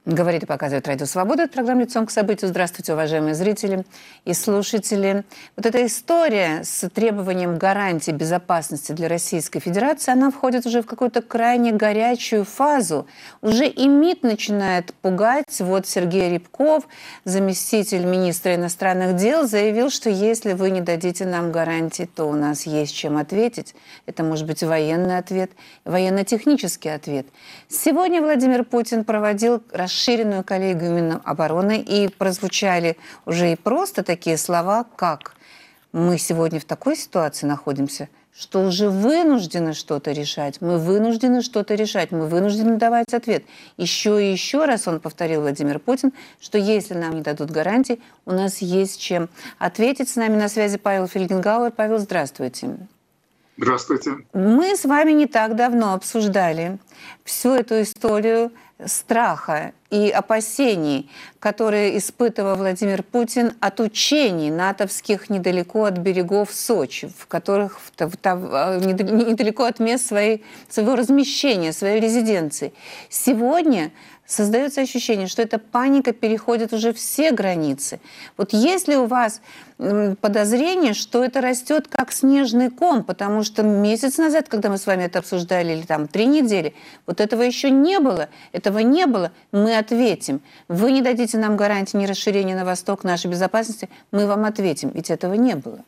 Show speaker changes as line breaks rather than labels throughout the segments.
Говорит и показывает Радио Свобода. Это программа «Лицом к событию». Здравствуйте, уважаемые зрители и слушатели. Вот эта история с требованием гарантий безопасности для Российской Федерации, она входит уже в какую-то крайне горячую фазу. Уже и МИД начинает пугать. Вот Сергей Рябков, заместитель министра иностранных дел, заявил, что если вы не дадите нам гарантий, то у нас есть чем ответить. Это может быть военный ответ, военно-технический ответ. Сегодня Владимир Путин проводил расширенную коллегию Минобороны, и прозвучали уже и просто такие слова, как «мы сегодня в такой ситуации находимся, что уже вынуждены что-то решать, мы вынуждены что-то решать, мы вынуждены давать ответ». Еще и еще раз он повторил, Владимир Путин, что если нам не дадут гарантий, у нас есть чем ответить. С нами на связи Павел Фельгенгауэр. Павел, здравствуйте.
Здравствуйте.
Мы с вами не так давно обсуждали всю эту историю страха и опасений, которые испытывал Владимир Путин от учений натовских недалеко от берегов Сочи, в которых недалеко от мест своего размещения, своей резиденции. Сегодня создается ощущение, что эта паника переходит уже все границы. Вот есть ли у вас подозрение, что это растет как снежный ком, потому что месяц назад, когда мы с вами это обсуждали, или там 3 недели, вот этого еще не было, мы ответим. Вы не дадите нам гарантии ни расширения на восток нашей безопасности, мы вам ответим, ведь этого не было.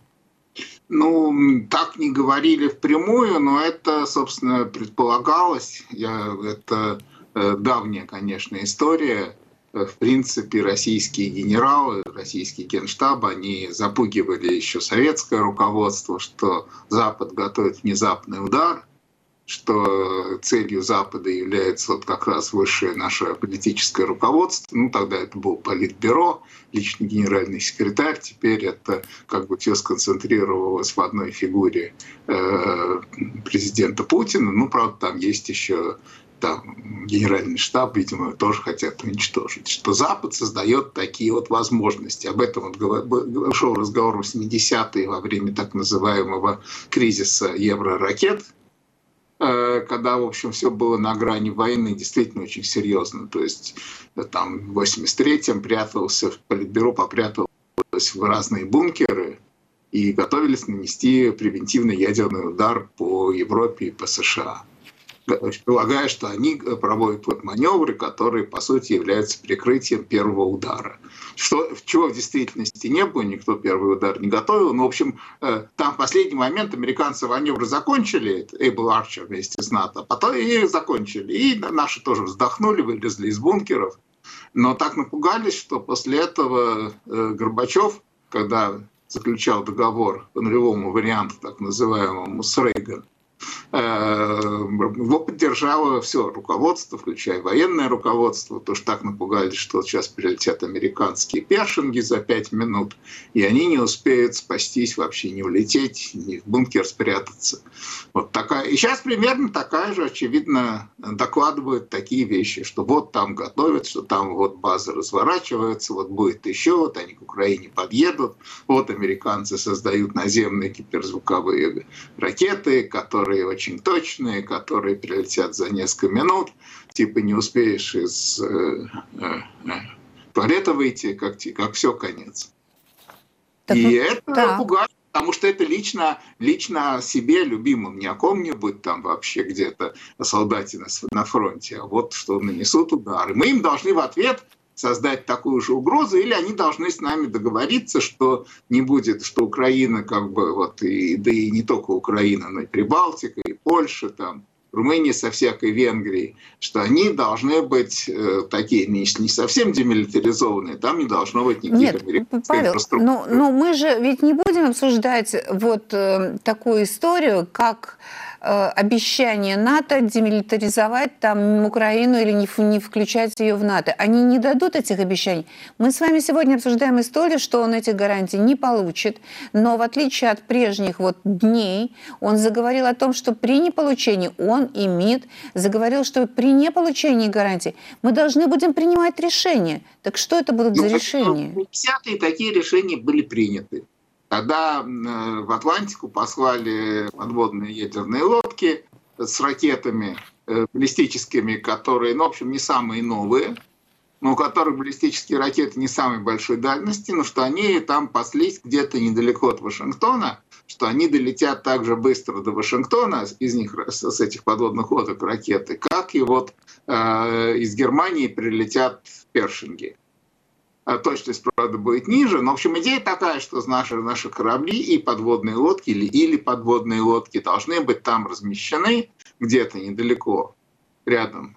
Ну, так не говорили впрямую, но это, собственно, предполагалось. Это давняя, конечно, история. В принципе, российские генералы, российский генштаб, они запугивали еще советское руководство, что Запад готовит внезапный удар, что целью Запада является вот как раз высшее наше политическое руководство. Ну, тогда это был Политбюро, личный генеральный секретарь. Теперь это как бы все сконцентрировалось в одной фигуре президента Путина. Ну, правда, там есть еще генеральный штаб, видимо, тоже хотят уничтожить, что Запад создает такие вот возможности. Об этом вот шел разговор в 80-е во время так называемого кризиса евроракет, когда, в общем, все было на грани войны, действительно очень серьезно. То есть там в 83-м прятался, в Политбюро попряталось в разные бункеры и готовились нанести превентивный ядерный удар по Европе и по США. Полагая, что они проводят вот маневры, которые, по сути, являются прикрытием первого удара. Чего в действительности не было, никто первый удар не готовил. Но, в общем, там в последний момент американцы маневры закончили, Эйбл Арчер вместе с НАТО, а потом и закончили. И наши тоже вздохнули, вылезли из бункеров. Но так напугались, что после этого Горбачев, когда заключал договор по нулевому варианту, так называемому, с Рейганом, его поддержало все руководство, включая военное руководство, потому что так напугались, что сейчас прилетят американские першинги за 5 минут, и они не успеют спастись, вообще не улететь, не в бункер спрятаться. Вот такая. И сейчас примерно такая же, очевидно, докладывают такие вещи, что вот там готовят, что там вот базы разворачиваются, вот будет еще, вот они к Украине подъедут, вот американцы создают наземные гиперзвуковые ракеты, которые очень точные, которые прилетят за несколько минут. Типа не успеешь из туалета выйти, как все, конец. И это пугает, потому что это лично о себе любимом, не о ком-нибудь там вообще где-то о солдате на фронте, а вот что нанесут удары. Мы им должны в ответ создать такую же угрозу, или они должны с нами договориться, что не будет, что Украина как бы вот, да и не только Украина, но и Прибалтика, и Польша, там, Румыния со всякой Венгрией, что они должны быть такие не совсем демилитаризованные, там не должно быть никаких американских инфраструктур.
Но мы же ведь не будем обсуждать вот такую историю, как обещание НАТО демилитаризовать там Украину или не включать ее в НАТО. Они не дадут этих обещаний. Мы с вами сегодня обсуждаем историю, что он этих гарантий не получит, но в отличие от прежних вот дней, он заговорил о том, что при неполучении, он и МИД заговорил, что при неполучении гарантий мы должны будем принимать решения. Так что это будут за решения?
В 50-е такие решения были приняты. Когда в Атлантику послали подводные ядерные лодки с ракетами баллистическими, которые, ну, в общем, не самые новые, но у которых баллистические ракеты не самой большой дальности, но что они там паслись где-то недалеко от Вашингтона, что они долетят так же быстро до Вашингтона, из них, с этих подводных лодок ракеты, как и вот из Германии прилетят в Першинги. Точность, правда, будет ниже, но, в общем, идея такая, что наши корабли и подводные лодки или подводные лодки должны быть там размещены где-то недалеко, рядом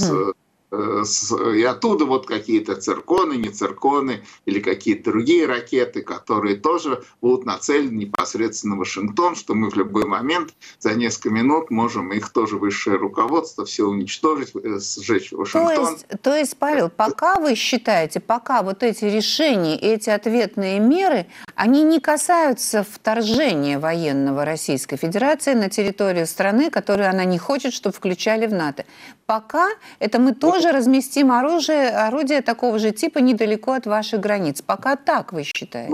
и оттуда вот какие-то цирконы, не цирконы или какие-то другие ракеты, которые тоже будут нацелены непосредственно в Вашингтон, что мы в любой момент за несколько минут можем их тоже высшее руководство все уничтожить, сжечь Вашингтон.
То есть, Павел, пока вы считаете, пока вот эти решения, эти ответные меры, они не касаются вторжения военного Российской Федерации на территорию страны, которую она не хочет, чтобы включали в НАТО. Пока это мы тоже разместим орудие такого же типа недалеко от ваших границ. Пока так вы считаете?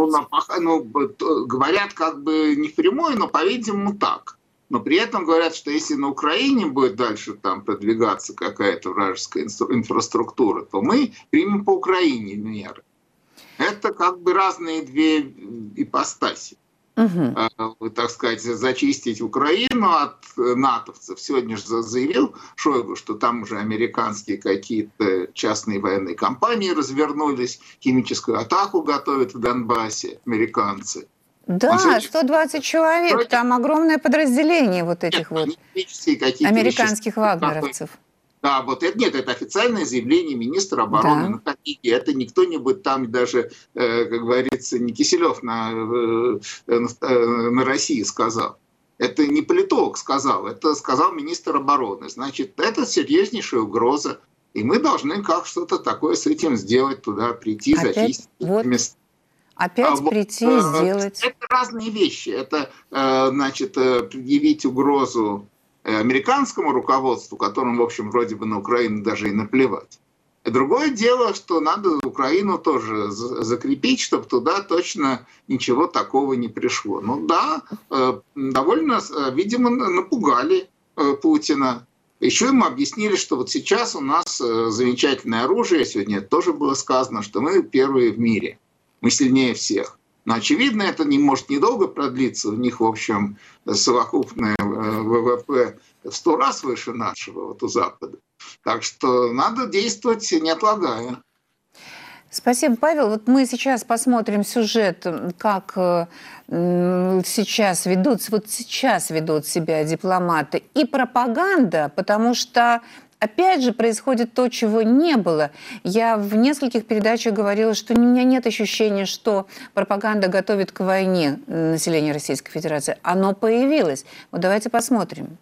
Говорят как бы не впрямую, но, по-видимому, так. Но при этом говорят, что если на Украине будет дальше там продвигаться какая-то вражеская инфраструктура, то мы примем по Украине меры. Это как бы разные две ипостаси. Так сказать, зачистить Украину от натовцев. Сегодня же заявил Шойгу, что там уже американские какие-то частные военные компании развернулись, химическую атаку готовят в Донбассе американцы.
Да, 120 человек, там огромное подразделение вот этих американских вагнеровцев.
Да, вот это нет, это официальное заявление министра обороны на Калиге. Это не кто-нибудь там даже, как говорится, не Киселев на России сказал. Это не политолог сказал, это сказал министр обороны. Значит, это серьезнейшая угроза. И мы должны как что-то такое с этим сделать, туда прийти, зачистить места.
Опять прийти и сделать.
Это разные вещи. Это, значит, предъявить угрозу американскому руководству, которому, в общем, вроде бы на Украину даже и наплевать. И другое дело, что надо Украину тоже закрепить, чтобы туда точно ничего такого не пришло. Ну да, довольно, видимо, напугали Путина. Еще ему объяснили, что вот сейчас у нас замечательное оружие, сегодня это тоже было сказано, что мы первые в мире, мы сильнее всех. Но, очевидно, это не может недолго продлиться. У них, в общем, совокупное ВВП в 100 раз выше нашего, вот у Запада. Так что надо действовать, не отлагая.
Спасибо, Павел. Вот мы сейчас посмотрим сюжет, как сейчас ведут себя дипломаты и пропаганда, потому что опять же происходит то, чего не было. Я в нескольких передачах говорила, что у меня нет ощущения, что пропаганда готовит к войне население Российской Федерации. Оно появилось. Вот давайте посмотрим.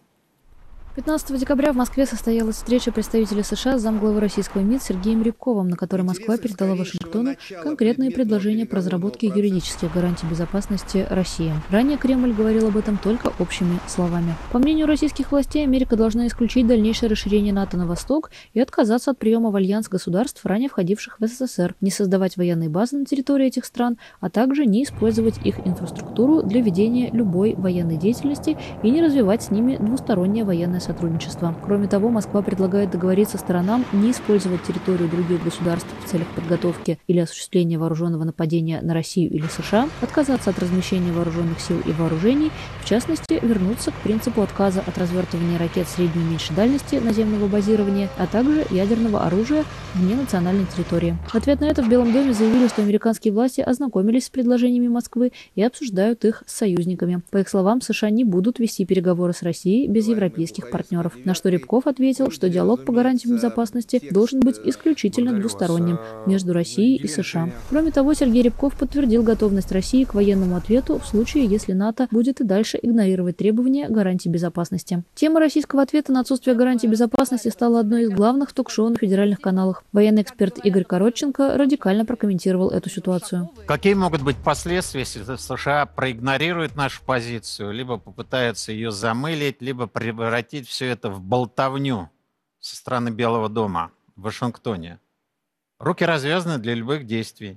15 декабря в Москве состоялась встреча представителей США с замглавы российского МИД Сергеем Рябковым, на которой Москва передала Вашингтону конкретные предложения по разработке юридических гарантий безопасности России. Ранее Кремль говорил об этом только общими словами. По мнению российских властей, Америка должна исключить дальнейшее расширение НАТО на восток и отказаться от приема в альянс государств, ранее входивших в СССР, не создавать военные базы на территории этих стран, а также не использовать их инфраструктуру для ведения любой военной деятельности и не развивать с ними двустороннее военное сотрудничества. Кроме того, Москва предлагает договориться сторонам не использовать территорию других государств в целях подготовки или осуществления вооруженного нападения на Россию или США, отказаться от размещения вооруженных сил и вооружений, в частности, вернуться к принципу отказа от развертывания ракет средней и меньшей дальности наземного базирования, а также ядерного оружия вне национальной территории. В ответ на это в Белом доме заявили, что американские власти ознакомились с предложениями Москвы и обсуждают их с союзниками. По их словам, США не будут вести переговоры с Россией без европейских партнеров. На что Рябков ответил, что диалог по гарантиям безопасности должен быть исключительно двусторонним между Россией и США. Кроме того, Сергей Рябков подтвердил готовность России к военному ответу в случае, если НАТО будет и дальше игнорировать требования гарантий безопасности. Тема российского ответа на отсутствие гарантий безопасности стала одной из главных ток-шоу на федеральных каналах. Военный эксперт Игорь Коротченко радикально прокомментировал эту ситуацию.
Какие могут быть последствия, если США проигнорирует нашу позицию, либо попытается ее замылить, либо превратить все это в болтовню со стороны Белого дома в Вашингтоне? Руки развязаны для любых действий.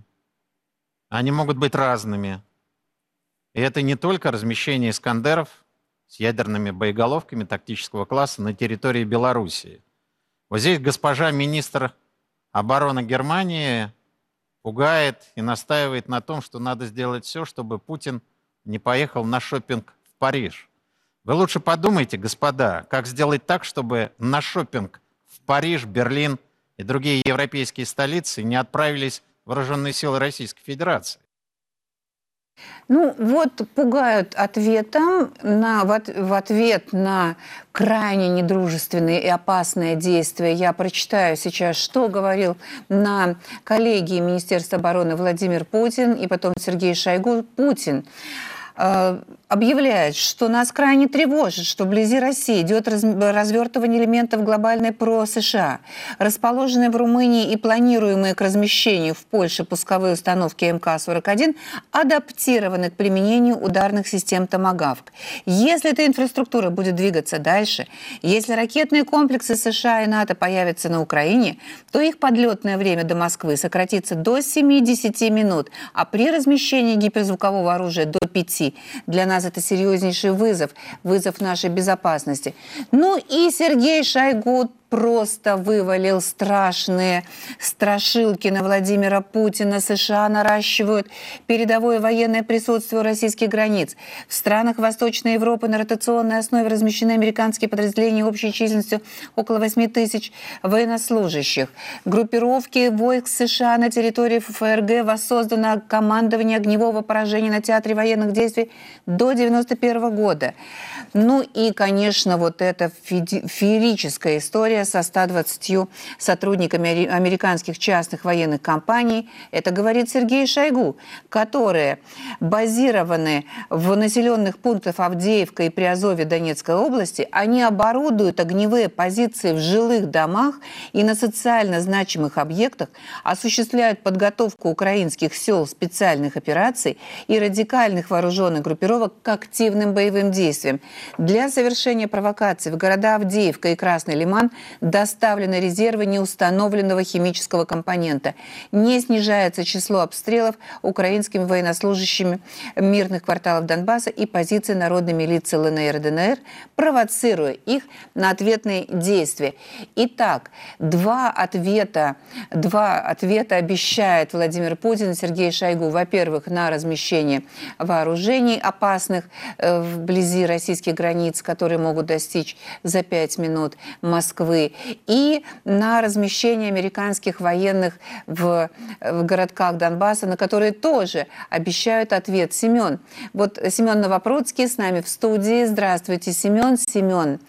Они могут быть разными. И это не только размещение «Искандеров» с ядерными боеголовками тактического класса на территории Белоруссии. Вот здесь госпожа министр оборона Германии пугает и настаивает на том, что надо сделать все, чтобы Путин не поехал на шопинг в Париж. Вы лучше подумайте, господа, как сделать так, чтобы на шопинг в Париж, Берлин и другие европейские столицы не отправились вооруженные силы Российской Федерации.
Ну вот пугают ответом в ответ на крайне недружественные и опасные действия. Я прочитаю сейчас, что говорил на коллегии Министерства обороны Владимир Путин и потом Сергей Шойгу. Путин объявляет, что нас крайне тревожит, что вблизи России идет развертывание элементов глобальной про-США. Расположенные в Румынии и планируемые к размещению в Польше пусковые установки МК-41 адаптированы к применению ударных систем «Томагавк». Если эта инфраструктура будет двигаться дальше, если ракетные комплексы США и НАТО появятся на Украине, то их подлетное время до Москвы сократится до 70 минут, а при размещении гиперзвукового оружия до 5. Для нас это серьезнейший вызов нашей безопасности. Ну и Сергей Шойгу просто вывалил страшные страшилки на Владимира Путина. США наращивают передовое военное присутствие у российских границ. В странах Восточной Европы на ротационной основе размещены американские подразделения общей численностью около 8 тысяч военнослужащих. Группировки войск США на территории ФРГ воссоздано командование огневого поражения на театре военных действий до 1991 года. Ну и, конечно, вот эта феерическая история со 120 сотрудниками американских частных военных компаний. Это говорит Сергей Шойгу, которые базированы в населенных пунктах Авдеевка и Приазовье Донецкой области. Они оборудуют огневые позиции в жилых домах и на социально значимых объектах, осуществляют подготовку украинских сел специальных операций и радикальных вооруженных группировок к активным боевым действиям. Для совершения провокаций в города Авдеевка и Красный Лиман доставлены резервы неустановленного химического компонента. Не снижается число обстрелов украинскими военнослужащими мирных кварталов Донбасса и позиций народной милиции ЛНР и ДНР, провоцируя их на ответные действия. Итак, два ответа обещает Владимир Путин и Сергей Шойгу. Во-первых, на размещение вооружений опасных вблизи российских границ, которые могут достичь за 5 минут Москвы, и на размещение американских военных в городках Донбасса, на которые тоже обещают ответ. Семен. Вот Семен Новопроцкий с нами в студии. Здравствуйте, Семен. Семен,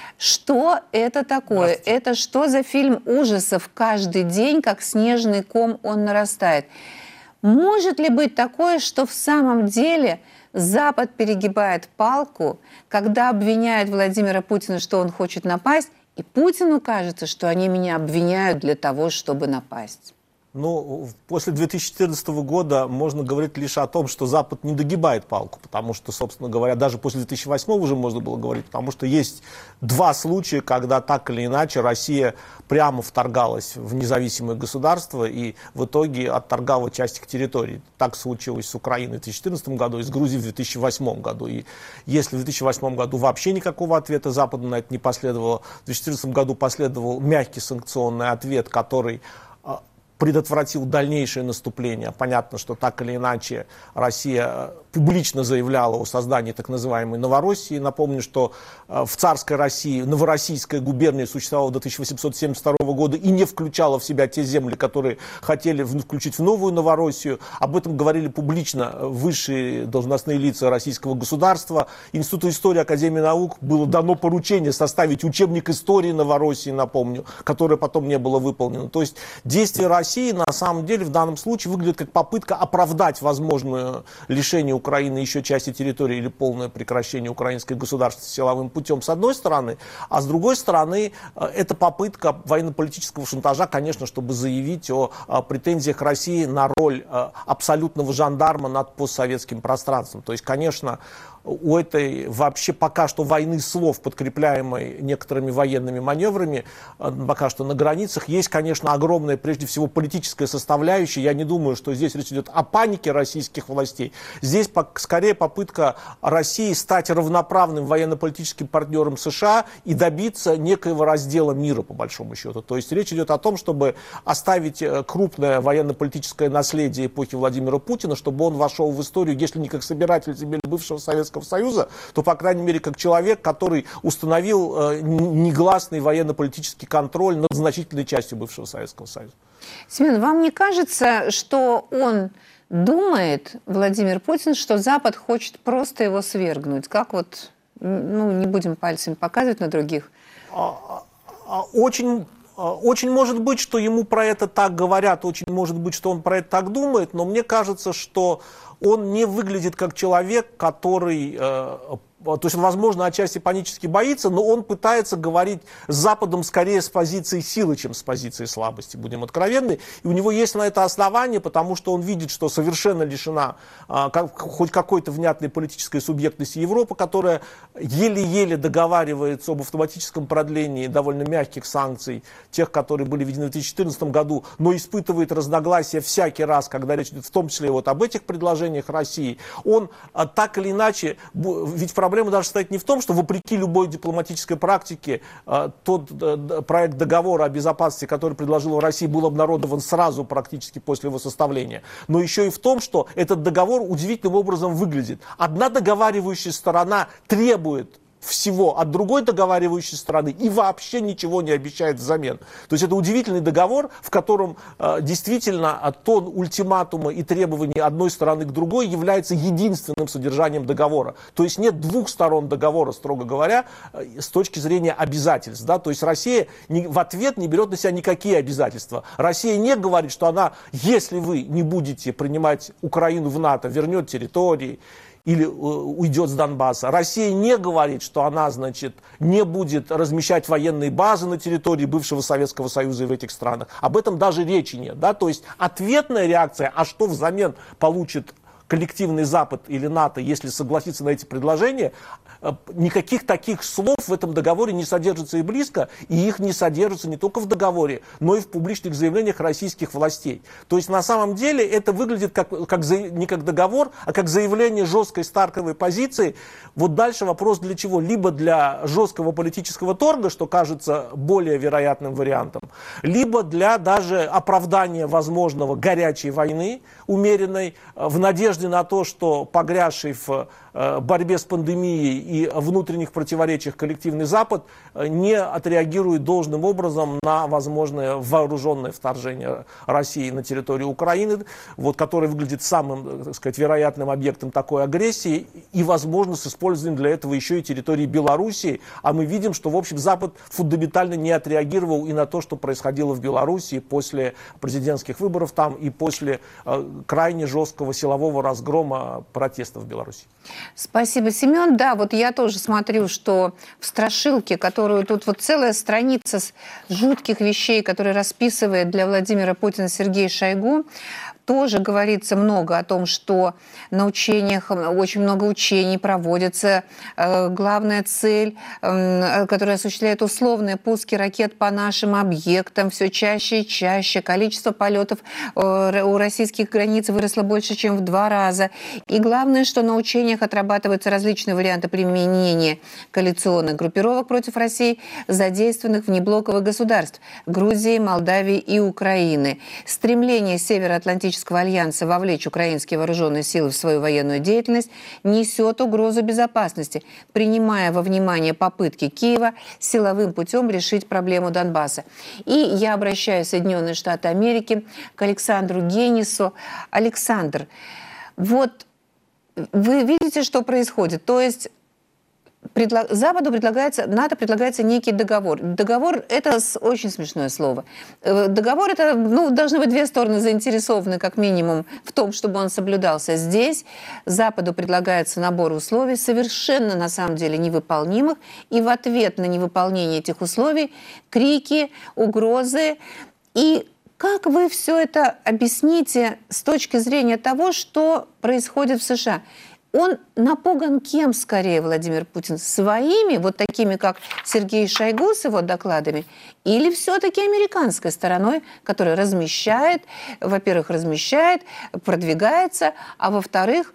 что это такое? Это что за фильм ужасов? Каждый день, как снежный ком, он нарастает. Может ли быть такое, что в самом деле Запад перегибает палку, когда обвиняет Владимира Путина, что он хочет напасть, и Путину кажется, что они меня обвиняют для того, чтобы напасть?
Ну, после 2014 года можно говорить лишь о том, что Запад не догибает палку, потому что, собственно говоря, даже после 2008 уже можно было говорить, потому что есть два случая, когда так или иначе Россия прямо вторгалась в независимое государство и в итоге отторгала часть их территорий. Так случилось с Украиной в 2014 году и с Грузией в 2008 году. И если в 2008 году вообще никакого ответа Запада на это не последовало, в 2014 году последовал мягкий санкционный ответ, который предотвратил дальнейшее наступление. Понятно, что так или иначе Россия публично заявляла о создании так называемой Новороссии. Напомню, что в царской России Новороссийская губерния существовала до 1872 года и не включала в себя те земли, которые хотели включить в новую Новороссию. Об этом говорили публично высшие должностные лица российского государства. Институту истории Академии наук было дано поручение составить учебник истории Новороссии, напомню, которое потом не было выполнено. То есть действия России на самом деле в данном случае выглядит как попытка оправдать возможное лишение Украины еще части территории или полное прекращение украинской государственности силовым путем с одной стороны, а с другой стороны это попытка военно-политического шантажа, конечно, чтобы заявить о претензиях России на роль абсолютного жандарма над постсоветским пространством. То есть, конечно, у этой вообще пока что войны слов, подкрепляемой некоторыми военными маневрами, пока что на границах, есть, конечно, огромная, прежде всего, политическая составляющая. Я не думаю, что здесь речь идет о панике российских властей. Здесь скорее попытка России стать равноправным военно-политическим партнером США и добиться некоего раздела мира, по большому счету. То есть речь идет о том, чтобы оставить крупное военно-политическое наследие эпохи Владимира Путина, чтобы он вошел в историю, если не как собиратель земель бывшего Советского Союза, то, по крайней мере, как человек, который установил негласный военно-политический контроль над значительной частью бывшего Советского Союза.
Семен, вам не кажется, что он думает, Владимир Путин, что Запад хочет просто его свергнуть? Как вот, ну, не будем пальцем показывать на других.
Очень может быть, что ему про это так говорят, очень может быть, что он про это так думает, но мне кажется, что он не выглядит как человек, который... То есть он, возможно, отчасти панически боится, но он пытается говорить с Западом скорее с позиции силы, чем с позиции слабости, будем откровенны. И у него есть на это основание, потому что он видит, что совершенно лишена хоть какой-то внятной политической субъектности Европа, которая еле-еле договаривается об автоматическом продлении довольно мягких санкций, тех, которые были введены в 2014 году, но испытывает разногласия всякий раз, когда речь идет в том числе вот об этих предложениях России. Он так или иначе, ведь проблема даже состоит не в том, что вопреки любой дипломатической практике тот проект договора о безопасности, который предложила Россия, был обнародован сразу практически после его составления, но еще и в том, что этот договор удивительным образом выглядит. Одна договаривающая сторона требует всего от другой договаривающей стороны и вообще ничего не обещает взамен. То есть это удивительный договор, в котором действительно тон ультиматума и требований одной стороны к другой является единственным содержанием договора. То есть нет двух сторон договора, строго говоря, с точки зрения обязательств. Да? То есть Россия в ответ не берет на себя никакие обязательства. Россия не говорит, что она, если вы не будете принимать Украину в НАТО, вернет территории, или уйдет с Донбасса. Россия не говорит, что она, значит, не будет размещать военные базы на территории бывшего Советского Союза и в этих странах. Об этом даже речи нет. Да? То есть ответная реакция, а что взамен получит коллективный Запад или НАТО, если согласиться на эти предложения, никаких таких слов в этом договоре не содержится и близко, и их не содержится не только в договоре, но и в публичных заявлениях российских властей. То есть на самом деле это выглядит не как договор, а как заявление жесткой стартовой позиции. Вот дальше вопрос для чего? Либо для жесткого политического торга, что кажется более вероятным вариантом, либо для даже оправдания возможного горячей войны, умеренной, в надежде на то, что погрязший в борьбе с пандемией и внутренних противоречиях коллективный Запад не отреагирует должным образом на возможное вооруженное вторжение России на территорию Украины, вот, которое выглядит самым, так сказать, вероятным объектом такой агрессии, и, возможно, с использованием для этого еще и территории Белоруссии. А мы видим, что, в общем, Запад фундаментально не отреагировал и на то, что происходило в Белоруссии после президентских выборов там и после крайне жесткого силового разгрома протестов в Беларуси.
Спасибо, Семен. Да, вот я тоже смотрю, что в страшилке, которую тут вот целая страница с жутких вещей, которые расписывает для Владимира Путина Сергей Шойгу, тоже говорится много о том, что на учениях, очень много учений проводится. Главная цель, которая осуществляет условные пуски ракет по нашим объектам, все чаще и чаще. Количество полетов у российских границ выросло больше, чем в 2 раза. И главное, что на учениях отрабатываются различные варианты применения коалиционных группировок против России, задействованных внеблоковых государств – Грузии, Молдавии и Украины. Стремление Североатлантического альянса вовлечь украинские вооруженные силы в свою военную деятельность несет угрозу безопасности, принимая во внимание попытки Киева силовым путем решить проблему Донбасса. И я обращаюсь в Соединенные Штаты Америки к Александру Генису. Александр, вот вы видите, что происходит? То есть Западу предлагается, НАТО предлагается некий договор. Договор – это очень смешное слово. Договор – это, должны быть 2 стороны заинтересованы, как минимум, в том, чтобы он соблюдался. Здесь Западу предлагается набор условий, совершенно, на самом деле, невыполнимых, и в ответ на невыполнение этих условий крики, угрозы. И как вы все это объясните с точки зрения того, что происходит в США? Он напуган кем скорее, Владимир Путин? Своими, вот такими, как Сергей Шойгу с его докладами, или все-таки американской стороной, которая размещает, во-первых, продвигается, а во-вторых,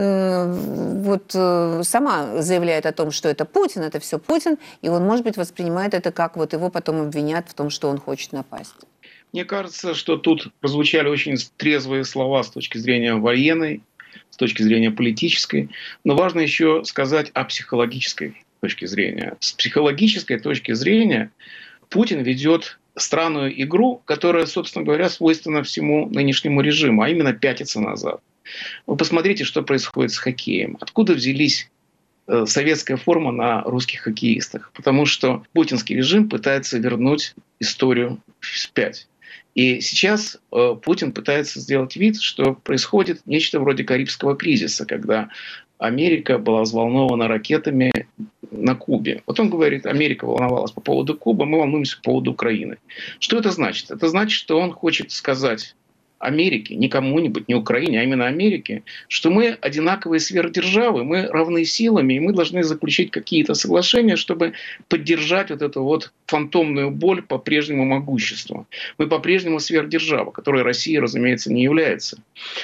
сама заявляет о том, что это Путин, это все Путин, и он, может быть, воспринимает это как вот его потом обвинят в том, что он хочет напасть.
Мне кажется, что тут прозвучали очень трезвые слова с точки зрения военной, с точки зрения политической. Но важно еще сказать о психологической точке зрения. С психологической точки зрения Путин ведет странную игру, которая, собственно говоря, свойственна всему нынешнему режиму, а именно пятиться назад. Вы посмотрите, что происходит с хоккеем. Откуда взялись советская форма на русских хоккеистах? Потому что путинский режим пытается вернуть историю вспять. И сейчас Путин пытается сделать вид, что происходит нечто вроде Карибского кризиса, когда Америка была взволнована ракетами на Кубе. Вот он говорит, Америка волновалась по поводу Кубы, мы волнуемся по поводу Украины. Что это значит? Это значит, что он хочет сказать Америке, не кому-нибудь, не Украине, а именно Америке, что мы одинаковые сверхдержавы, мы равны силами, и мы должны заключить какие-то соглашения, чтобы поддержать вот эту вот фантомную боль по-прежнему могущества. Мы по-прежнему сверхдержава, которой Россия, разумеется, не является.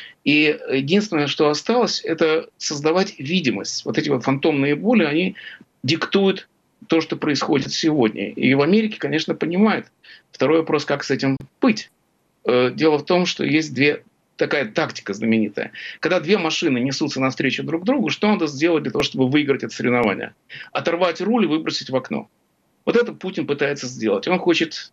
И единственное, что осталось, это создавать видимость. Вот эти вот фантомные боли, они диктуют то, что происходит сегодня. И в Америке, конечно, понимают. Второй вопрос, как с этим быть. Дело в том, что есть такая тактика знаменитая. Когда две машины несутся навстречу друг другу, что надо сделать для того, чтобы выиграть это соревнование? Оторвать руль и выбросить в окно. Вот это Путин пытается сделать. Он хочет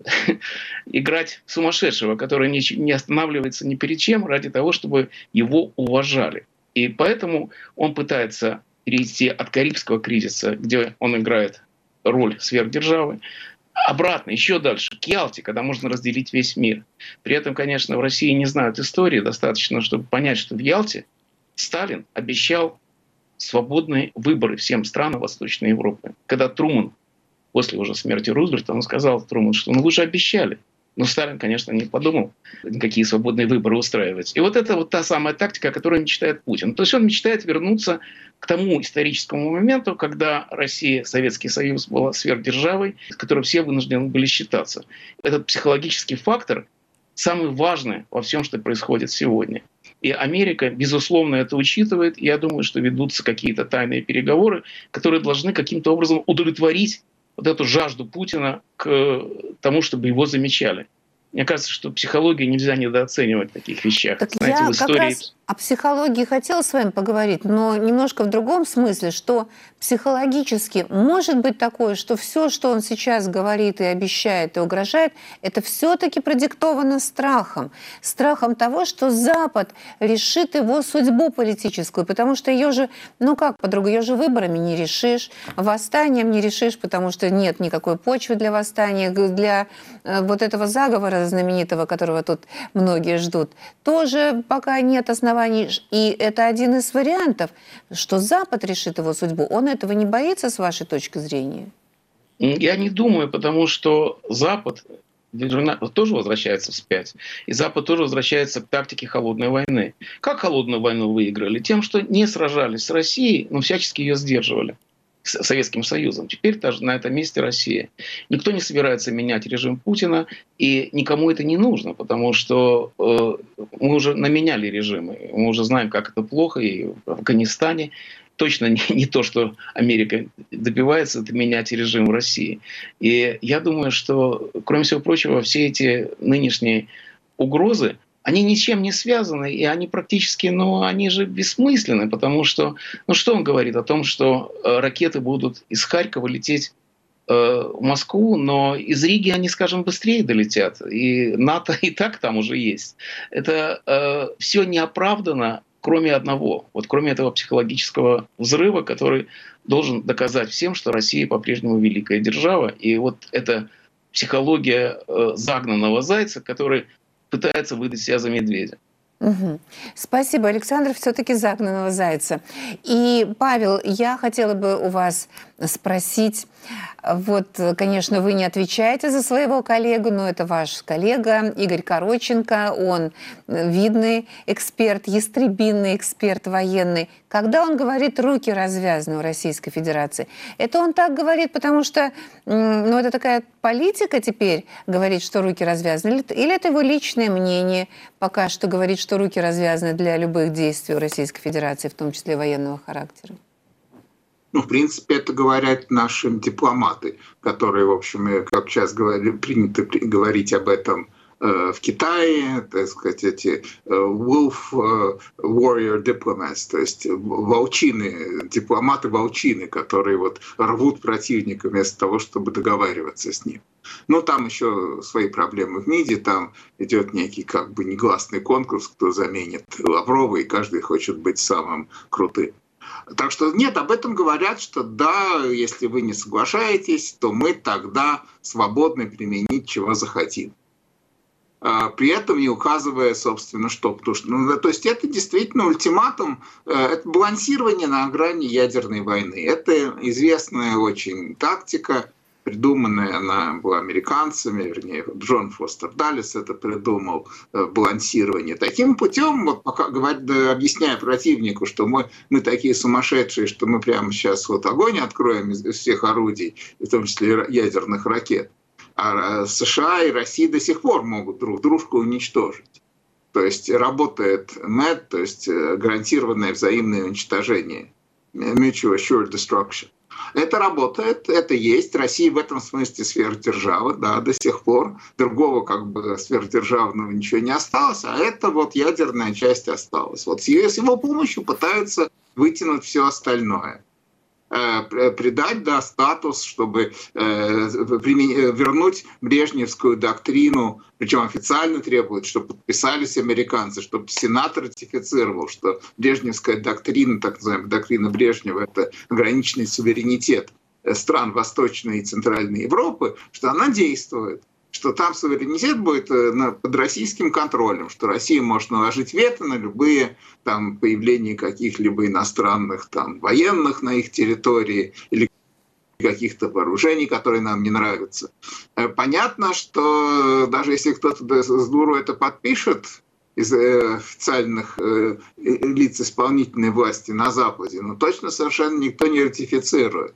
играть в сумасшедшего, который не останавливается ни перед чем ради того, чтобы его уважали. И поэтому он пытается перейти от Карибского кризиса, где он играет роль сверхдержавы, обратно, еще дальше, к Ялте, когда можно разделить весь мир. При этом, конечно, в России не знают истории достаточно, чтобы понять, что в Ялте Сталин обещал свободные выборы всем странам Восточной Европы. Когда Труман, после уже смерти Рузвельта, он сказал Труману, что вы же обещали. Но Сталин, конечно, не подумал, какие свободные выборы устраивать. И вот это вот та самая тактика, о которой мечтает Путин. То есть он мечтает вернуться к тому историческому моменту, когда Россия, Советский Союз была сверхдержавой, с которой все вынуждены были считаться. Этот психологический фактор самый важный во всем, что происходит сегодня. И Америка, безусловно, это учитывает. И я думаю, что ведутся какие-то тайные переговоры, которые должны каким-то образом удовлетворить вот эту жажду Путина к тому, чтобы его замечали. Мне кажется, что психологию нельзя недооценивать в таких вещах.
Так
знаете,
я
в истории...
как раз о психологии хотела с вами поговорить, но немножко в другом смысле, что психологически может быть такое, что все, что он сейчас говорит и обещает и угрожает, это все-таки продиктовано страхом. Страхом того, что Запад решит его судьбу политическую, потому что ее же, ее же выборами не решишь, восстанием не решишь, потому что нет никакой почвы для восстания, для вот этого заговора знаменитого, которого тут многие ждут, тоже пока нет оснований. И это один из вариантов, что Запад решит его судьбу. Он этого не боится, с вашей точки зрения?
Я не думаю, потому что Запад тоже возвращается вспять. И Запад тоже возвращается к тактике холодной войны. Как холодную войну выиграли? Тем, что не сражались с Россией, но всячески ее сдерживали. С Советским Союзом. Теперь даже на этом месте Россия. Никто не собирается менять режим Путина, и никому это не нужно, потому что мы уже наменяли режимы. Мы уже знаем, как это плохо, и в Афганистане точно не то, что Америка добивается, это менять режим в России. И я думаю, что, кроме всего прочего, все эти нынешние угрозы, они ничем не связаны, и они практически, они же бессмысленны, потому что, что он говорит о том, что ракеты будут из Харькова лететь в Москву, но из Риги они, скажем, быстрее долетят, и НАТО и так там уже есть. Это все неоправданно, кроме одного, кроме этого психологического взрыва, который должен доказать всем, что Россия по-прежнему великая держава, и вот эта психология загнанного зайца, который пытается выдать себя за медведя.
Мгм. Спасибо, Александр, все-таки загнанного зайца. И, Павел, я хотела бы у вас спросить, вот, конечно, вы не отвечаете за своего коллегу, но это ваш коллега Игорь Короченко, он видный эксперт, ястребинный эксперт военный. Когда он говорит «руки развязаны» у Российской Федерации, это он так говорит, потому что, ну, это такая политика теперь, говорит, что руки развязаны, или это его личное мнение пока что говорит, что руки развязаны для любых действий у Российской Федерации, в том числе военного характера?
Ну, в принципе, это говорят наши дипломаты, которые, в общем, как сейчас принято говорить об этом в Китае, так сказать, эти wolf warrior diplomats, то есть волчины, дипломаты-волчины, которые вот рвут противника вместо того, чтобы договариваться с ним. Но там еще свои проблемы в МИДе, там идет некий как бы негласный конкурс, кто заменит Лаврова, и каждый хочет быть самым крутым. Так что нет, об этом говорят, что да, если вы не соглашаетесь, то мы тогда свободны применить, чего захотим. При этом не указывая, собственно, что. Потому что, ну, то есть это действительно ультиматум, это балансирование на грани ядерной войны. Это известная очень тактика, придуманная она была американцами, вернее, Джон Фостер Даллес это придумал, балансирование. Таким путем, вот пока объясняя противнику, что мы такие сумасшедшие, что мы прямо сейчас вот огонь откроем из всех орудий, в том числе ядерных ракет, а США и Россия до сих пор могут друг дружку уничтожить. То есть работает МЭД, то есть гарантированное взаимное уничтожение, Mutual Assured Destruction. Это работает, это есть. Россия в этом смысле сверхдержава, да, до сих пор. Другого как бы сверхдержавного ничего не осталось, а это вот ядерная часть осталась. Вот с его помощью пытаются вытянуть все остальное. Придать, да, статус, чтобы вернуть брежневскую доктрину, причем официально требуют, чтобы подписались американцы, чтобы Сенат ратифицировал, что брежневская доктрина, так называемая доктрина Брежнева, это ограниченный суверенитет стран Восточной и Центральной Европы, что она действует, что там суверенитет будет под российским контролем, что Россия может наложить вето на любые там появления каких-либо иностранных там военных на их территории или каких-то вооружений, которые нам не нравятся. Понятно, что даже если кто-то с дуру это подпишет из официальных лиц исполнительной власти на Западе, но точно совершенно никто не ратифицирует.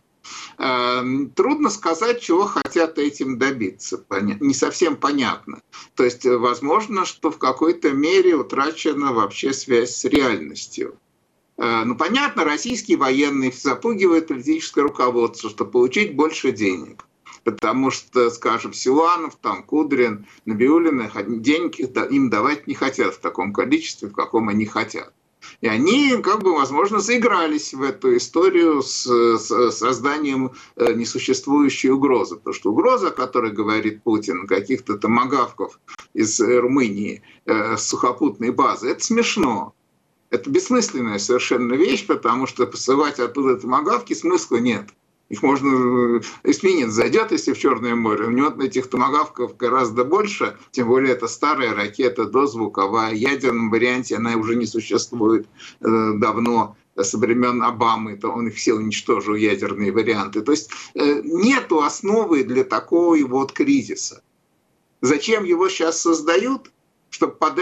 Трудно сказать, чего хотят этим добиться. Не совсем понятно. То есть, возможно, что в какой-то мере утрачена вообще связь с реальностью. Ну, понятно, российские военные запугивают политическое руководство, чтобы получить больше денег. Потому что, скажем, Силуанов, там, Кудрин, Набиуллина деньги им давать не хотят в таком количестве, в каком они хотят. И они, как бы, возможно, заигрались в эту историю с созданием несуществующей угрозы. Потому что угроза, о которой говорит Путин, каких-то томагавков из Румынии с сухопутной базы, это смешно. Это бессмысленная совершенно вещь, потому что посылать оттуда томагавки смысла нет. Их можно... Эсминец зайдет, если в Черное море, у него этих томагавков гораздо больше, тем более это старая ракета, дозвуковая. В ядерном варианте она уже не существует давно, со времен Обамы, то он их все уничтожил, ядерные варианты. То есть нет основы для такого вот кризиса. Зачем его сейчас создают? Чтобы под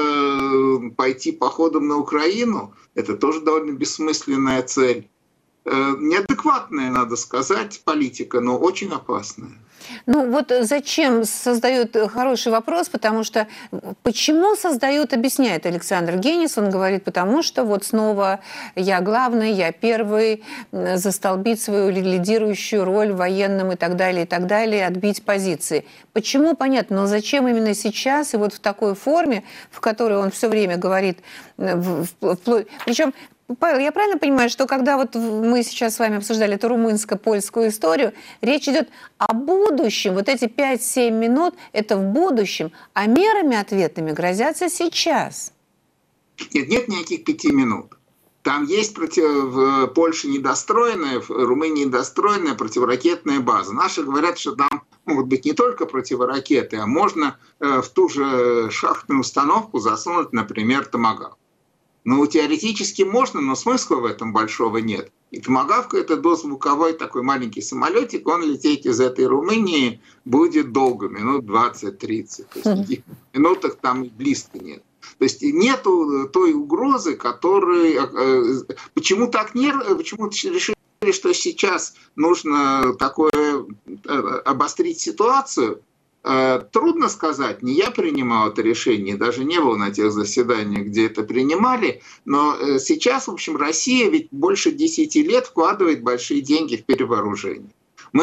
это пойти походом на Украину, это тоже довольно бессмысленная цель. Неадекватная, надо сказать, политика, но очень опасная.
Ну вот зачем создают, хороший вопрос, потому что почему создают, объясняет Александр Генис, он говорит, потому что вот снова я главный, я первый, застолбить свою лидирующую роль в военном и так далее, отбить позиции. Почему, понятно, но зачем именно сейчас и вот в такой форме, в которой он все время говорит, причем Павел, я правильно понимаю, что когда вот мы сейчас с вами обсуждали эту румынско-польскую историю, речь идет о будущем, вот эти 5-7 минут – это в будущем, а мерами ответными грозятся сейчас?
Нет никаких 5 минут. Там есть в Польше недостроенная, в Румынии недостроенная противоракетная база. Наши говорят, что там могут быть не только противоракеты, а можно в ту же шахтную установку засунуть, например, томагавк. Ну, теоретически можно, но смысла в этом большого нет. И томагавк — это дозвуковой такой маленький самолетик, он лететь из этой Румынии будет долго, минут 20-30. То есть минутах там и близко нет. То есть нету той угрозы, которой... Почему решили, что сейчас нужно такое обострить ситуацию? Трудно сказать, не я принимал это решение, даже не был на тех заседаниях, где это принимали, но сейчас, в общем, Россия ведь больше 10 лет вкладывает большие деньги в перевооружение.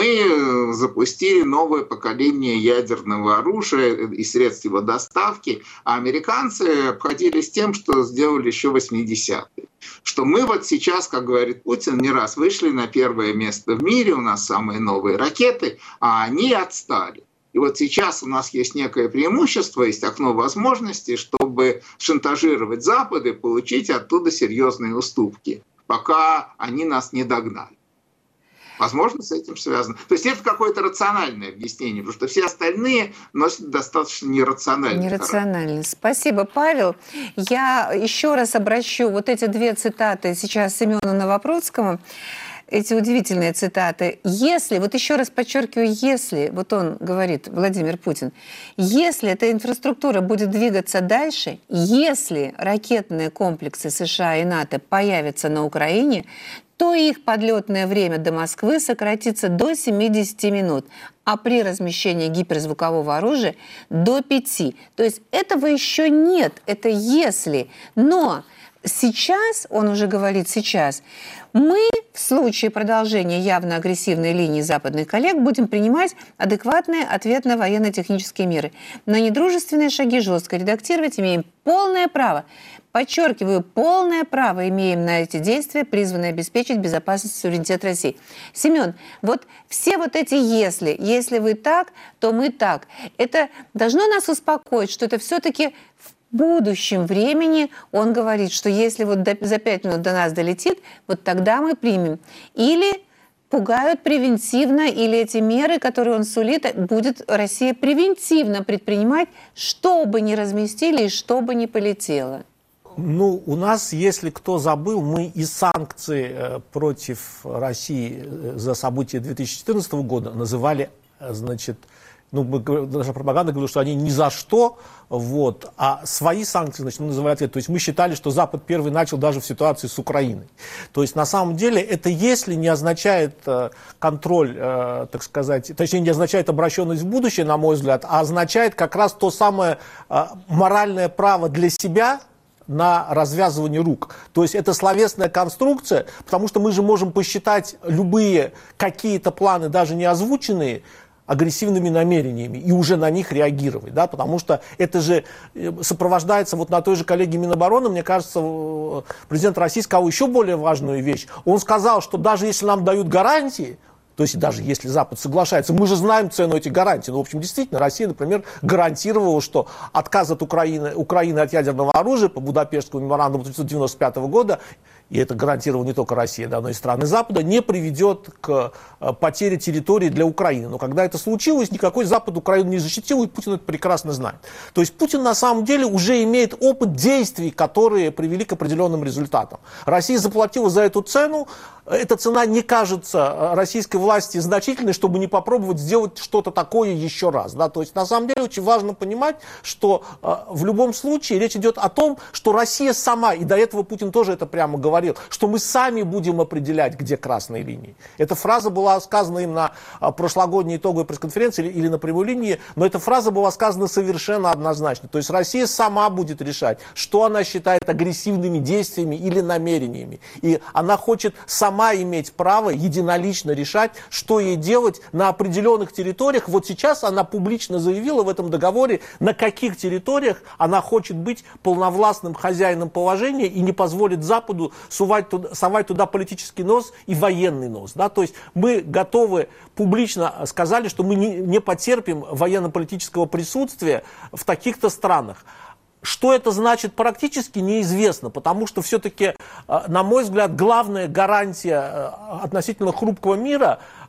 Мы запустили новое поколение ядерного оружия и средств его доставки, а американцы обходились тем, что сделали еще 80-е. Что мы вот сейчас, как говорит Путин, не раз вышли на первое место в мире, у нас самые новые ракеты, а они отстали. И вот сейчас у нас есть некое преимущество, есть окно возможностей, чтобы шантажировать Запад и получить оттуда серьезные уступки, пока они нас не догнали. Возможно, с этим связано. То есть это какое-то рациональное объяснение, потому что все остальные носят достаточно нерациональный характер.
Спасибо, Павел. Я еще раз обращу вот эти две цитаты сейчас Семену Новопрудскому. Эти удивительные цитаты. Если, вот еще раз подчеркиваю, если, вот он говорит, Владимир Путин, если эта инфраструктура будет двигаться дальше, если ракетные комплексы США и НАТО появятся на Украине, то их подлетное время до Москвы сократится до 70 минут, а при размещении гиперзвукового оружия до 5. То есть этого еще нет, это если. Но сейчас, он уже говорит сейчас, мы в случае продолжения явно агрессивной линии западных коллег будем принимать адекватные ответно-военно-технические меры. На недружественные шаги жестко редактировать имеем полное право. Подчеркиваю, полное право имеем на эти действия, призванные обеспечить безопасность и суверенитет России. Семен, вот все вот эти если вы так, то мы так, это должно нас успокоить, что это все-таки в будущем времени он говорит, что если вот за 5 минут до нас долетит, вот тогда мы примем. Или пугают превентивно, или эти меры, которые он сулит, будет Россия превентивно предпринимать, что бы ни разместили и что бы ни полетело.
Ну, у нас, если кто забыл, мы и санкции против России за события 2014 года называли, значит, наша пропаганда говорила, что они ни за что, вот, а свои санкции, значит, мы называли ответ. То есть мы считали, что Запад первый начал даже в ситуации с Украиной. То есть на самом деле это если не означает контроль, так сказать, точнее не означает обращенность в будущее, на мой взгляд, а означает как раз то самое моральное право для себя на развязывание рук. То есть это словесная конструкция, потому что мы же можем посчитать любые какие-то планы, даже не озвученные, агрессивными намерениями и уже на них реагировать, да, потому что это же сопровождается вот на той же коллегии Минобороны, мне кажется, президент России сказал еще более важную вещь. Он сказал, что даже если нам дают гарантии, то есть даже если Запад соглашается, мы же знаем цену этих гарантий. Ну, в общем, действительно, Россия, например, гарантировала, что отказ от Украины от ядерного оружия по Будапештскому меморандуму 1995 года, и это гарантировала не только Россия, да, но и страны Запада, не приведет к потере территории для Украины. Но когда это случилось, никакой Запад Украину не защитил, и Путин это прекрасно знает. То есть Путин на самом деле уже имеет опыт действий, которые привели к определенным результатам. Россия заплатила за эту цену. Эта цена не кажется российской власти значительной, чтобы не попробовать сделать что-то такое еще раз. Да? То есть на самом деле очень важно понимать, что в любом случае речь идет о том, что Россия сама, и до этого Путин тоже это прямо говорил, что мы сами будем определять, где красные линии. Эта фраза была сказана им на прошлогодней итоговой пресс-конференции или на прямой линии, но эта фраза была сказана совершенно однозначно. То есть Россия сама будет решать, что она считает агрессивными действиями или намерениями. И она хочет сама иметь право единолично решать, что ей делать на определенных территориях. Вот сейчас она публично заявила в этом договоре, на каких территориях она хочет быть полновластным хозяином положения и не позволит Западу совать туда политический нос и военный нос. Да? То есть мы готовы, публично сказали, что мы не потерпим военно-политического присутствия в таких-то странах. Что это значит практически, неизвестно, потому что все-таки, на мой взгляд, главная гарантия относительно хрупкого мира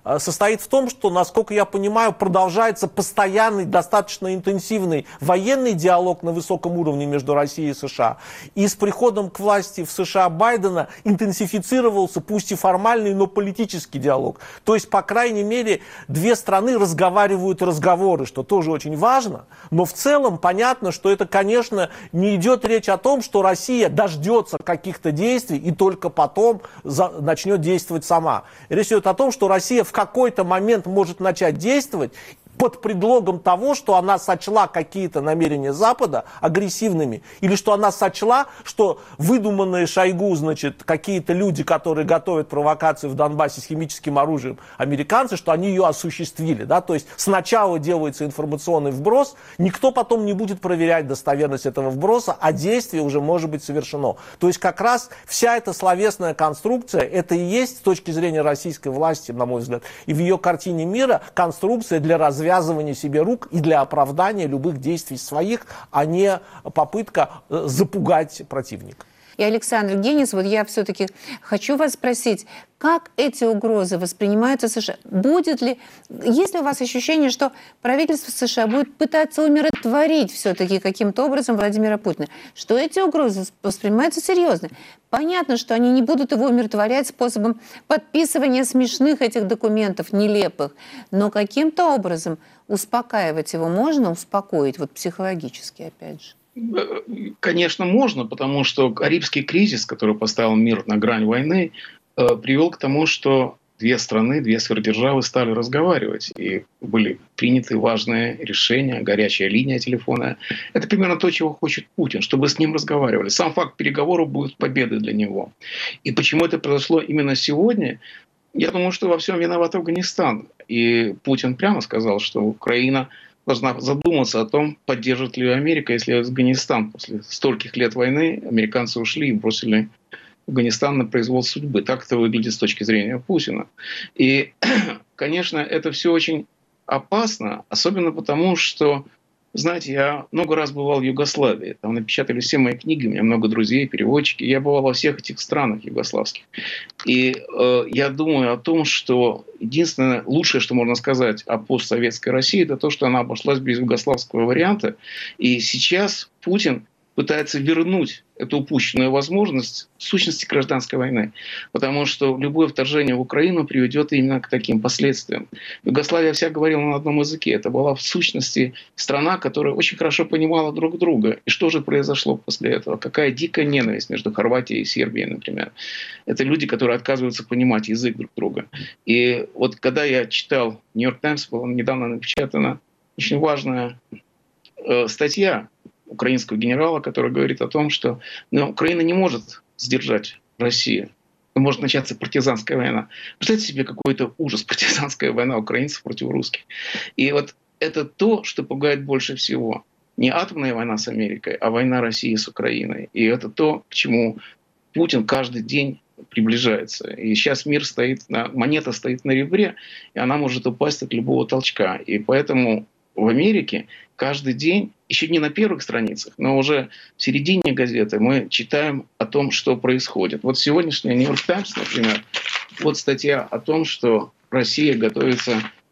состоит в том, что, насколько я понимаю, продолжается постоянный, достаточно интенсивный военный диалог на высоком уровне между Россией и США. И с приходом к власти в США Байдена интенсифицировался, пусть и формальный, но политический диалог. То есть, по крайней мере, две страны разговаривают разговоры, что тоже очень важно. Но в целом понятно, что это, конечно, не идет речь о том, что Россия дождется каких-то действий и только потом начнет действовать сама. Речь идет о том, что Россия в какой-то момент может начать действовать под предлогом того, что она сочла какие-то намерения Запада агрессивными, или что она сочла, что выдуманные Шойгу, значит, какие-то люди, которые готовят провокации в Донбассе с химическим оружием, американцы, что они ее осуществили. Да? То есть сначала делается информационный вброс, никто потом не будет проверять достоверность этого вброса, а действие уже может быть совершено. То есть как раз вся эта словесная конструкция, это и есть с точки зрения российской власти, на мой взгляд, и в ее картине мира конструкция для развязывания себе рук и для оправдания любых действий своих, а не попытка запугать противника.
И, Александр Генис, вот я все-таки хочу вас спросить, как эти угрозы воспринимаются США? Есть ли у вас ощущение, что правительство США будет пытаться умиротворить все-таки каким-то образом Владимира Путина? Что эти угрозы воспринимаются серьезно? Понятно, что они не будут его умиротворять способом подписывания смешных этих документов, нелепых, но каким-то образом успокаивать его можно, успокоить, вот психологически опять же?
Конечно, можно, потому что Карибский кризис, который поставил мир на грань войны, привел к тому, что две страны, две сверхдержавы стали разговаривать. И были приняты важные решения, горячая линия телефона. Это примерно то, чего хочет Путин, чтобы с ним разговаривали. Сам факт переговоров будет победой для него. И почему это произошло именно сегодня? Я думаю, что во всем виноват Афганистан. И Путин прямо сказал, что Украина должна задуматься о том, поддержит ли Америка, если Афганистан после стольких лет войны американцы ушли и бросили Афганистан на произвол судьбы. Так это выглядит с точки зрения Путина. И, конечно, это все очень опасно, особенно потому, что, знаете, я много раз бывал в Югославии. Там напечатали все мои книги, у меня много друзей, переводчики. Я бывал во всех этих странах югославских. И я думаю о том, что единственное лучшее, что можно сказать о постсоветской России, это то, что она обошлась без югославского варианта. И сейчас Путин пытается вернуть эту упущенную возможность в сущности гражданской войны. Потому что любое вторжение в Украину приведет именно к таким последствиям. Югославия вся говорила на одном языке. Это была в сущности страна, которая очень хорошо понимала друг друга. И что же произошло после этого? Какая дикая ненависть между Хорватией и Сербией, например. Это люди, которые отказываются понимать язык друг друга. И вот когда я читал «Нью-Йорк Таймс», была недавно напечатана очень важная статья украинского генерала, который говорит о том, что Украина не может сдержать Россию. Может начаться партизанская война. Представьте себе какой-то ужас, партизанская война украинцев против русских. И вот это то, что пугает больше всего. Не атомная война с Америкой, а война России с Украиной. И это то, к чему Путин каждый день приближается. И сейчас монета стоит на ребре, и она может упасть от любого толчка. И поэтому в Америке каждый день, еще не на первых страницах, но уже в середине газеты мы читаем о том, что происходит. Вот сегодняшняя «Нью-Йорк Таймс», например, вот статья о том, что Россия готовит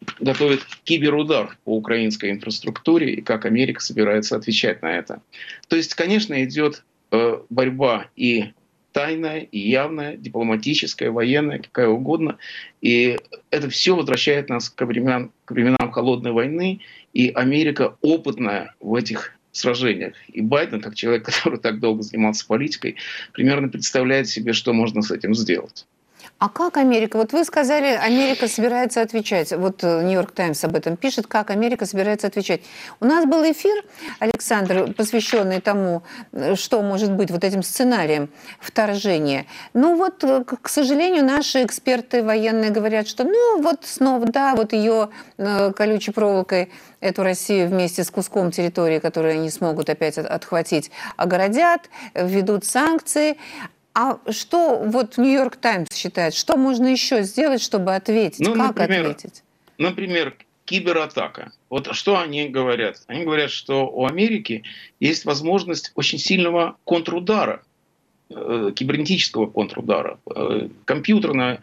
киберудар по украинской инфраструктуре и как Америка собирается отвечать на это. То есть, конечно, идет борьба и тайная, и явная, дипломатическая, военная, какая угодно. И это все возвращает нас к временам холодной войны. И Америка опытная в этих сражениях. И Байден, как человек, который так долго занимался политикой, примерно представляет себе, что можно с этим сделать.
А как Америка? Вот вы сказали, Америка собирается отвечать. Вот «Нью-Йорк Таймс» об этом пишет, как Америка собирается отвечать. У нас был эфир, Александр, посвященный тому, что может быть вот этим сценарием вторжения. Ну вот, к сожалению, наши эксперты военные говорят, что ну вот снова, да, вот ее колючей проволокой эту Россию вместе с куском территории, которую они смогут опять отхватить, огородят, введут санкции. А что вот «Нью-Йорк Таймс» считает, что можно еще сделать, чтобы ответить? Как ответить?
Например, кибератака. Вот что они говорят? Они говорят, что у Америки есть возможность очень сильного контрудара, кибернетического контрудара, компьютерная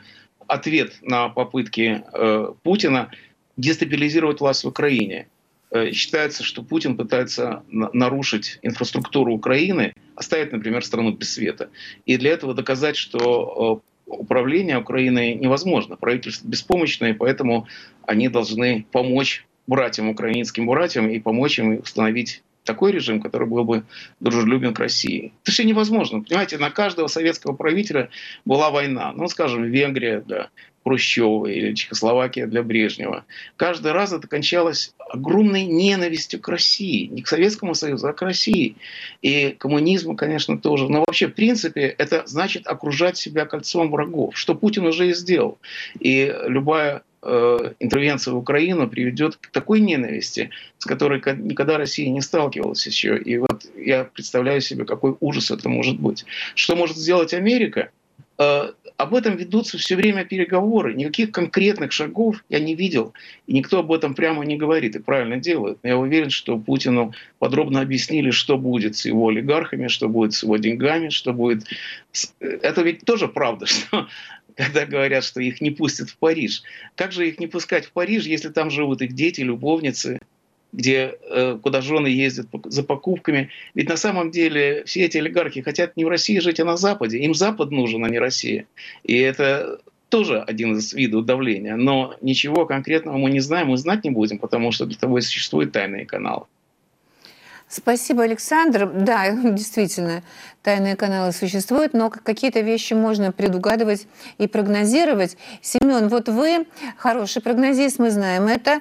ответ на попытки Путина дестабилизировать власть в Украине. Считается, что Путин пытается нарушить инфраструктуру Украины, оставить, например, страну без света. И для этого доказать, что управление Украиной невозможно, правительство беспомощное, и поэтому они должны помочь украинским братьям, и помочь им установить такой режим, который был бы дружелюбен к России. Это же невозможно. Понимаете, на каждого советского правителя была война. Ну, скажем, Венгрия для Хрущева или Чехословакия для Брежнева. Каждый раз это кончалось огромной ненавистью к России. Не к Советскому Союзу, а к России. И коммунизму, конечно, тоже. Но вообще, в принципе, это значит окружать себя кольцом врагов, что Путин уже и сделал. И любая интервенция в Украину приведет к такой ненависти, с которой никогда Россия не сталкивалась еще. И вот я представляю себе, какой ужас это может быть. Что может сделать Америка? Об этом ведутся все время переговоры. Никаких конкретных шагов я не видел. И никто об этом прямо не говорит. И правильно делают. Но я уверен, что Путину подробно объяснили, что будет с его олигархами, что будет с его деньгами, что будет... Это ведь тоже правда, что когда говорят, что их не пустят в Париж. Как же их не пускать в Париж, если там живут их дети, любовницы, куда жены ездят за покупками? Ведь на самом деле все эти олигархи хотят не в России жить, а на Западе. Им Запад нужен, а не Россия. И это тоже один из видов давления. Но ничего конкретного мы не знаем и знать не будем, потому что для того и существуют тайные каналы.
Спасибо, Александр. Да, действительно, тайные каналы существуют, но какие-то вещи можно предугадывать и прогнозировать. Семен, вот вы хороший прогнозист, мы знаем это.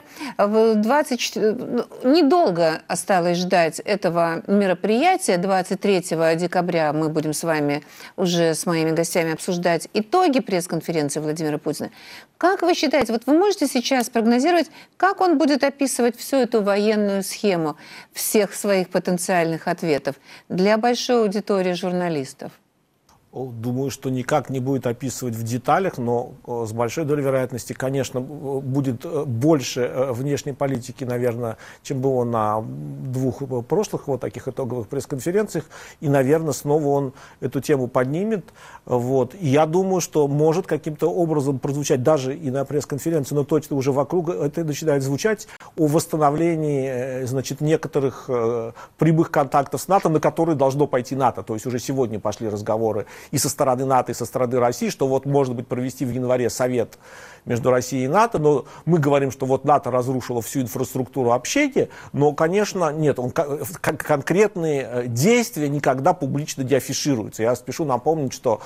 Недолго осталось ждать этого мероприятия. 23 декабря мы будем с вами уже с моими гостями обсуждать итоги пресс-конференции Владимира Путина. Как вы считаете, вот вы можете сейчас прогнозировать, как он будет описывать всю эту военную схему всех своих потенциальных ответов для большой аудитории журналистов?
Думаю, что никак не будет описывать в деталях, но с большой долей вероятности, конечно, будет больше внешней политики, наверное, чем было на двух прошлых вот таких итоговых пресс-конференциях. И, наверное, снова он эту тему поднимет. Вот. И я думаю, что может каким-то образом прозвучать даже и на пресс-конференции, но точно уже вокруг это начинает звучать о восстановлении, значит, некоторых прямых контактов с НАТО, на которые должно пойти НАТО. То есть уже сегодня пошли разговоры и со стороны НАТО, и со стороны России, что вот, может быть, провести в январе совет между Россией и НАТО, но мы говорим, что вот НАТО разрушило всю инфраструктуру общения, но, конечно, нет, конкретные действия никогда публично не афишируются. Я спешу напомнить, что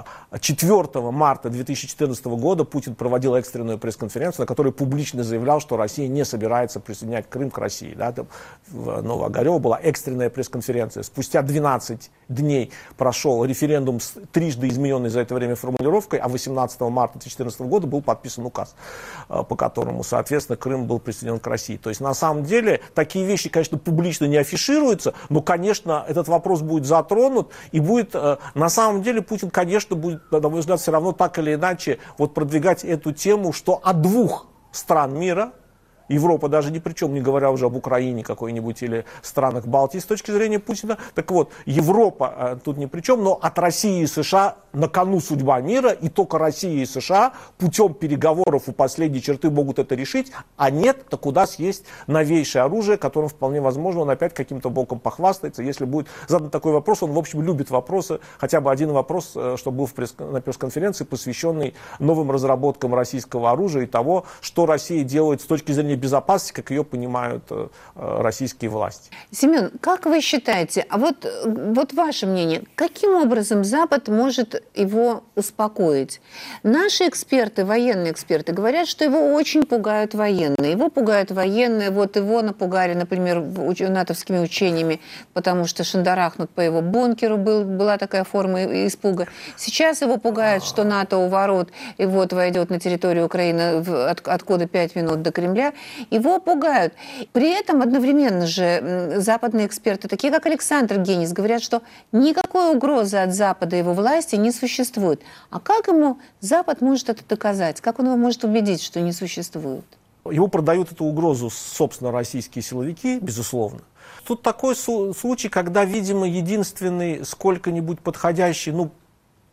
4 марта 2014 года Путин проводил экстренную пресс-конференцию, на которой публично заявлял, что Россия не собирается присоединять Крым к России. Да, там в Новоогарево была экстренная пресс-конференция. Спустя 12 дней прошел референдум с трижды измененной за это время формулировкой, а 18 марта 2014 года был подписан указ, по которому, соответственно, Крым был присоединен к России. То есть, на самом деле, такие вещи, конечно, публично не афишируются, но, конечно, этот вопрос будет затронут, и будет, на самом деле, Путин, конечно, будет, на мой взгляд, все равно так или иначе вот продвигать эту тему, что от двух стран мира, Европа даже ни при чем, не говоря уже об Украине какой-нибудь или странах Балтии с точки зрения Путина. Так вот, Европа тут ни при чем, но от России и США на кону судьба мира, и только Россия и США путем переговоров у последней черты могут это решить, а нет, так у нас есть новейшее оружие, которым вполне возможно он опять каким-то боком похвастается. Если будет задан такой вопрос, он, в общем, любит вопросы, хотя бы один вопрос, что был на пресс-конференции, посвященный новым разработкам российского оружия и того, что Россия делает с точки зрения безопасности, как ее понимают российские власти.
Семен, как вы считаете, а вот ваше мнение, каким образом Запад может его успокоить? Наши эксперты, военные эксперты, говорят, что его очень пугают военные. Его пугают военные, вот его напугали, например, натовскими учениями, потому что шандарахнут по его бункеру, была такая форма испуга. Сейчас его пугают, что НАТО у ворот, и вот войдет на территорию Украины откуда 5 минут до Кремля. Его пугают. При этом одновременно же западные эксперты, такие как Александр Генис, говорят, что никакой угрозы от Запада и его власти не существует. А как ему Запад может это доказать? Как он его может убедить, что не существует?
Ему продают эту угрозу, собственно, российские силовики, безусловно. Тут такой случай, когда, видимо, единственный сколько-нибудь подходящий,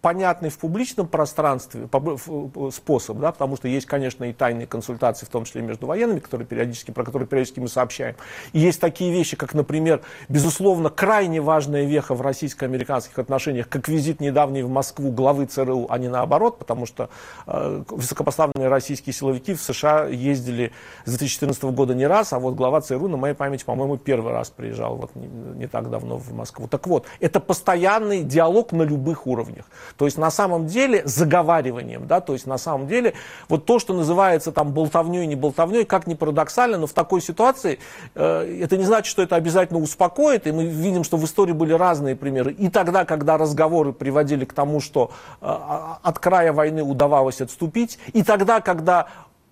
понятный в публичном пространстве способ, да, потому что есть, конечно, и тайные консультации, в том числе между военными, про которые периодически мы сообщаем. И есть такие вещи, как, например, безусловно, крайне важная веха в российско-американских отношениях, как визит недавний в Москву главы ЦРУ, а не наоборот, потому что высокопоставленные российские силовики в США ездили с 2014 года не раз, а вот глава ЦРУ, на моей памяти, по-моему, первый раз приезжал вот не так давно в Москву. Так вот, это постоянный диалог на любых уровнях. То есть на самом деле заговариванием, да, то есть на самом деле вот то, что называется там болтовней, не болтовней, как ни парадоксально, но в такой ситуации это не значит, что это обязательно успокоит, и мы видим, что в истории были разные примеры. И тогда, когда разговоры приводили к тому, что от края войны удавалось отступить, и тогда, когда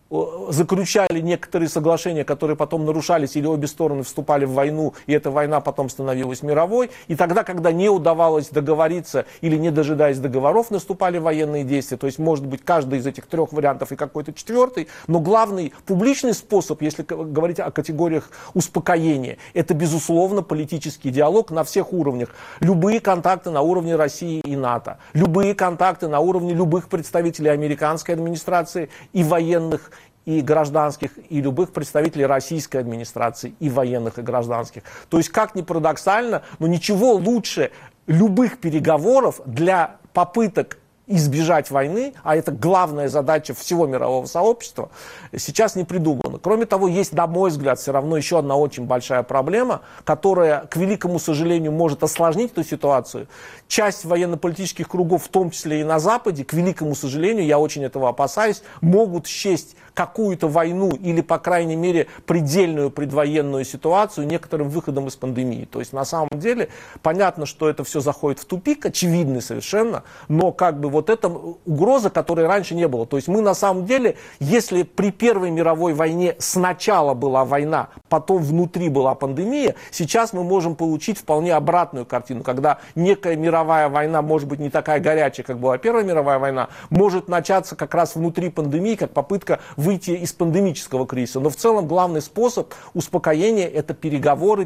заключали некоторые соглашения, которые потом нарушались, или обе стороны вступали в войну, и эта война потом становилась мировой. И тогда, когда не удавалось договориться, или не дожидаясь договоров, наступали военные действия. То есть, может быть, каждый из этих трех вариантов и какой-то четвертый. Но главный публичный способ, если говорить о категориях успокоения, это, безусловно, политический диалог на всех уровнях. Любые контакты на уровне России и НАТО. Любые контакты на уровне любых представителей американской администрации и военных, и гражданских, и любых представителей российской администрации, и военных, и гражданских. То есть, как ни парадоксально, но ничего лучше любых переговоров для попыток избежать войны, а это главная задача всего мирового сообщества, сейчас не придумано. Кроме того, есть, на мой взгляд, все равно еще одна очень большая проблема, которая, к великому сожалению, может осложнить эту ситуацию. Часть военно-политических кругов, в том числе и на Западе, к великому сожалению, я очень этого опасаюсь, могут счесть какую-то войну или, по крайней мере, предельную предвоенную ситуацию некоторым выходом из пандемии. То есть, на самом деле, понятно, что это все заходит в тупик, очевидный совершенно, но как бы вот эта угроза, которой раньше не было. То есть, мы на самом деле, если при Первой мировой войне сначала была война, потом внутри была пандемия, сейчас мы можем получить вполне обратную картину, когда некая мировая война, может быть, не такая горячая, как была Первая мировая война, может начаться как раз внутри пандемии, как попытка выйти из пандемического кризиса. Но в целом главный способ успокоения — это переговоры,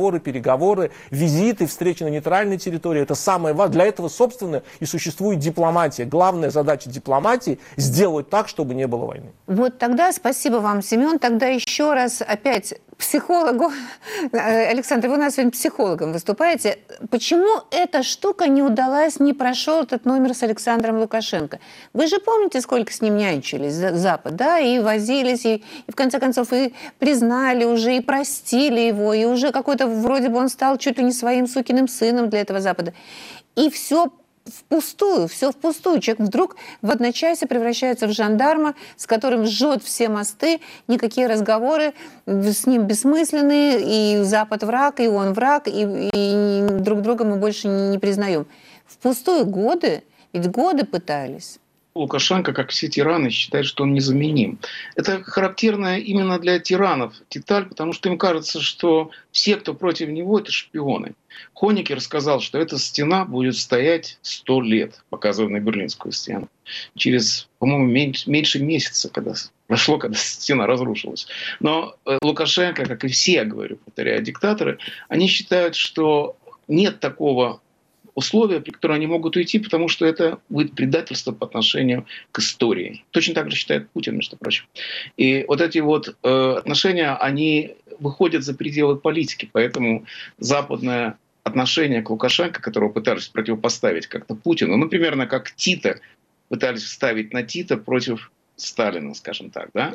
визиты, встречи на нейтральной территории. Это самое важное. Для этого, собственно, и существует дипломатия. Главная задача дипломатии — сделать так, чтобы не было войны.
Вот тогда спасибо вам, Семен. Тогда еще раз опять психологу. Александр, вы у нас сегодня психологом выступаете. Почему эта штука не удалась, не прошел этот номер с Александром Лукашенко? Вы же помните, сколько с ним нянчились Запад, да, и возились, и в конце концов и признали уже, и простили его, и уже какой-то вроде бы он стал чуть ли не своим сукиным сыном для этого Запада. И все впустую. Человек вдруг в одночасье превращается в жандарма, с которым жжет все мосты, никакие разговоры с ним бессмысленные, и Запад враг, и он враг, и друг друга мы больше не признаем. Впустую годы, ведь годы пытались.
Лукашенко, как все тираны, считает, что он незаменим. Это характерно именно для тиранов деталь, потому что им кажется, что все, кто против него, это шпионы. Хонекер сказал, что эта стена будет стоять 100 лет, показывая на Берлинскую стену. Через, по-моему, меньше месяца, когда стена разрушилась. Но Лукашенко, как и все, я говорю, повторяю, диктаторы, они считают, что нет такого условия, при которых они могут уйти, потому что это будет предательство по отношению к истории. Точно так же считает Путин, между прочим. И вот эти вот отношения, они выходят за пределы политики, поэтому западное отношение к Лукашенко, которого пытались противопоставить как-то Путину, ну, примерно как Тита пытались вставить на Тита против Сталина, скажем так, да?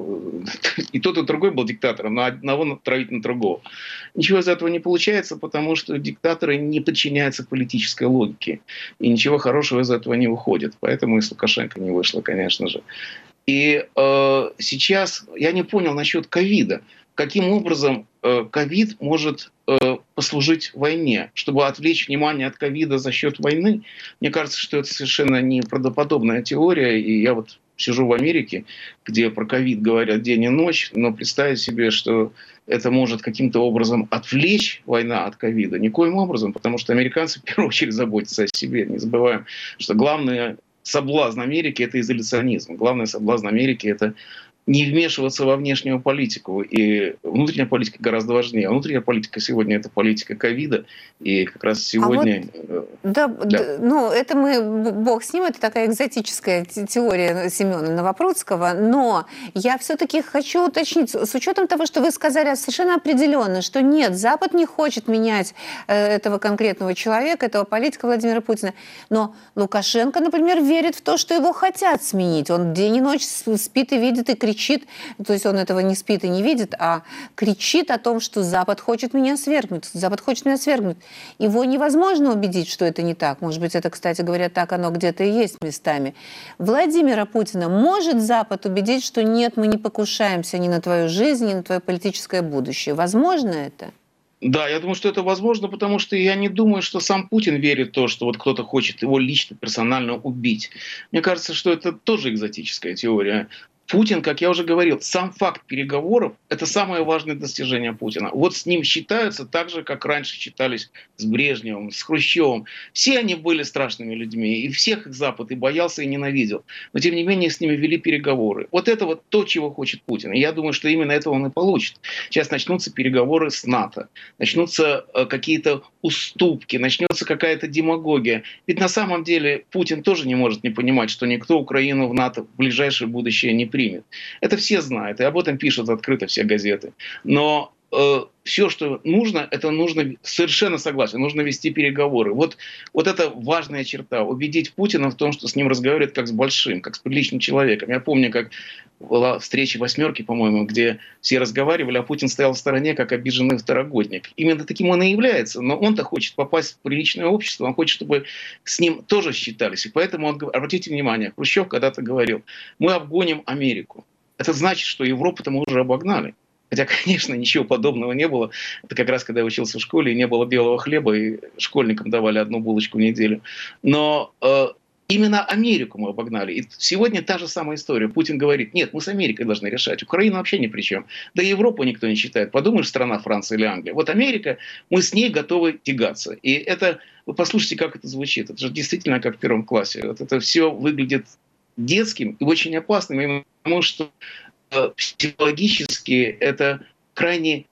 И тот, и другой был диктатором, но одного травить на другого. Ничего из этого не получается, потому что диктаторы не подчиняются политической логике. И ничего хорошего из этого не выходит. Поэтому и с Лукашенко не вышло, конечно же. И сейчас я не понял насчет ковида. Каким образом ковид может послужить войне, чтобы отвлечь внимание от ковида за счет войны? Мне кажется, что это совершенно неправдоподобная теория. И я вот сижу в Америке, где про ковид говорят день и ночь, но представить себе, что это может каким-то образом отвлечь война от ковида, никоим образом, потому что американцы в первую очередь заботятся о себе. Не забываем, что главный соблазн Америки — это изоляционизм. Главный соблазн Америки — это не вмешиваться во внешнюю политику. И внутренняя политика гораздо важнее. А внутренняя политика сегодня — это политика ковида. И как раз сегодня...
Ну, это бог с ним, это такая экзотическая теория Семена Новопрудского. Но я все-таки хочу уточнить, с учетом того, что вы сказали совершенно определенно, что нет, Запад не хочет менять этого конкретного человека, этого политика Владимира Путина. Но Лукашенко, например, верит в то, что его хотят сменить. Он день и ночь спит и видит, и кричит. То есть он этого не спит и не видит, а кричит о том, что Запад хочет меня свергнуть. Запад хочет меня свергнуть. Его невозможно убедить, что это не так. Может быть, это, кстати говоря, так оно где-то и есть местами. Владимира Путина может Запад убедить, что нет, мы не покушаемся ни на твою жизнь, ни на твое политическое будущее. Возможно это?
Да, я думаю, что это возможно, потому что я не думаю, что сам Путин верит в то, что вот кто-то хочет его лично, персонально убить. Мне кажется, что это тоже экзотическая теория. Путин, как я уже говорил, сам факт переговоров – это самое важное достижение Путина. Вот с ним считаются так же, как раньше считались с Брежневым, с Хрущевым. Все они были страшными людьми, и всех их Запад и боялся, и ненавидел. Но, тем не менее, с ними вели переговоры. Вот это вот то, чего хочет Путин. И я думаю, что именно этого он и получит. Сейчас начнутся переговоры с НАТО, начнутся какие-то уступки, начнется какая-то демагогия. Ведь на самом деле Путин тоже не может не понимать, что никто Украину в НАТО в ближайшее будущее не примет. Это все знают, и об этом пишут открыто все газеты. Но все, что нужно, это нужно, совершенно согласен, нужно вести переговоры. Вот это важная черта, убедить Путина в том, что с ним разговаривают как с большим, как с приличным человеком. Я помню, как была встреча «восьмерки», по-моему, где все разговаривали, а Путин стоял в стороне, как обиженный второгодник. Именно таким он и является. Но он-то хочет попасть в приличное общество, он хочет, чтобы с ним тоже считались. И поэтому он, обратите внимание, Хрущев когда-то говорил: мы обгоним Америку. Это значит, что Европу-то мы уже обогнали. Хотя, конечно, ничего подобного не было. Это как раз когда я учился в школе, и не было белого хлеба, и школьникам давали одну булочку в неделю. Но именно Америку мы обогнали. И сегодня та же самая история. Путин говорит: нет, мы с Америкой должны решать. Украина вообще ни при чем. Да и Европу никто не считает. Подумаешь, страна Франция или Англия. Вот Америка, мы с ней готовы тягаться. И это, вы послушайте, как это звучит. Это же действительно как в первом классе. Вот это все выглядит детским и очень опасным, потому что психологически это крайне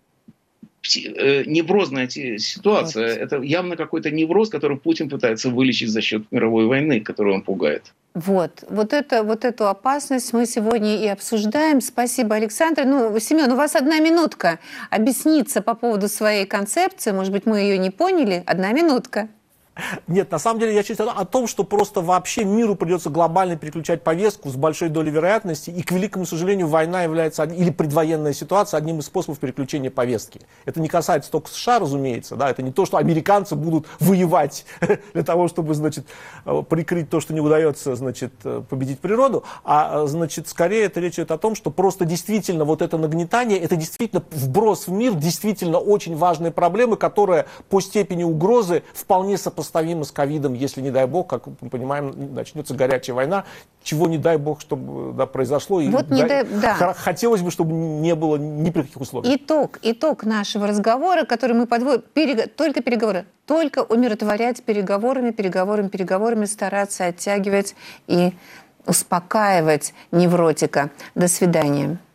неврозная ситуация. Это явно какой-то невроз, который Путин пытается вылечить за счет мировой войны, которую он пугает.
Вот эту опасность мы сегодня и обсуждаем. Спасибо, Александр. Семен, у вас 1 минутка объясниться по поводу своей концепции. Может быть, мы ее не поняли? 1 минутка.
Нет, на самом деле я считаю о том, что просто вообще миру придется глобально переключать повестку с большой долей вероятности, и, к великому сожалению, война является, или предвоенная ситуация, одним из способов переключения повестки. Это не касается только США, разумеется, да, это не то, что американцы будут воевать для того, чтобы, прикрыть то, что не удается, победить природу, а, скорее это речь идет о том, что просто действительно вот это нагнетание, это действительно вброс в мир действительно очень важные проблемы, которые по степени угрозы вполне сопоставимы с ковидом, если, не дай бог, как мы понимаем, начнется горячая война, чего, не дай бог, чтобы произошло. И хотелось бы, чтобы не было ни при каких условиях.
Итог нашего разговора, который мы подводим, только переговоры, только умиротворять переговорами, стараться оттягивать и успокаивать невротика. До свидания.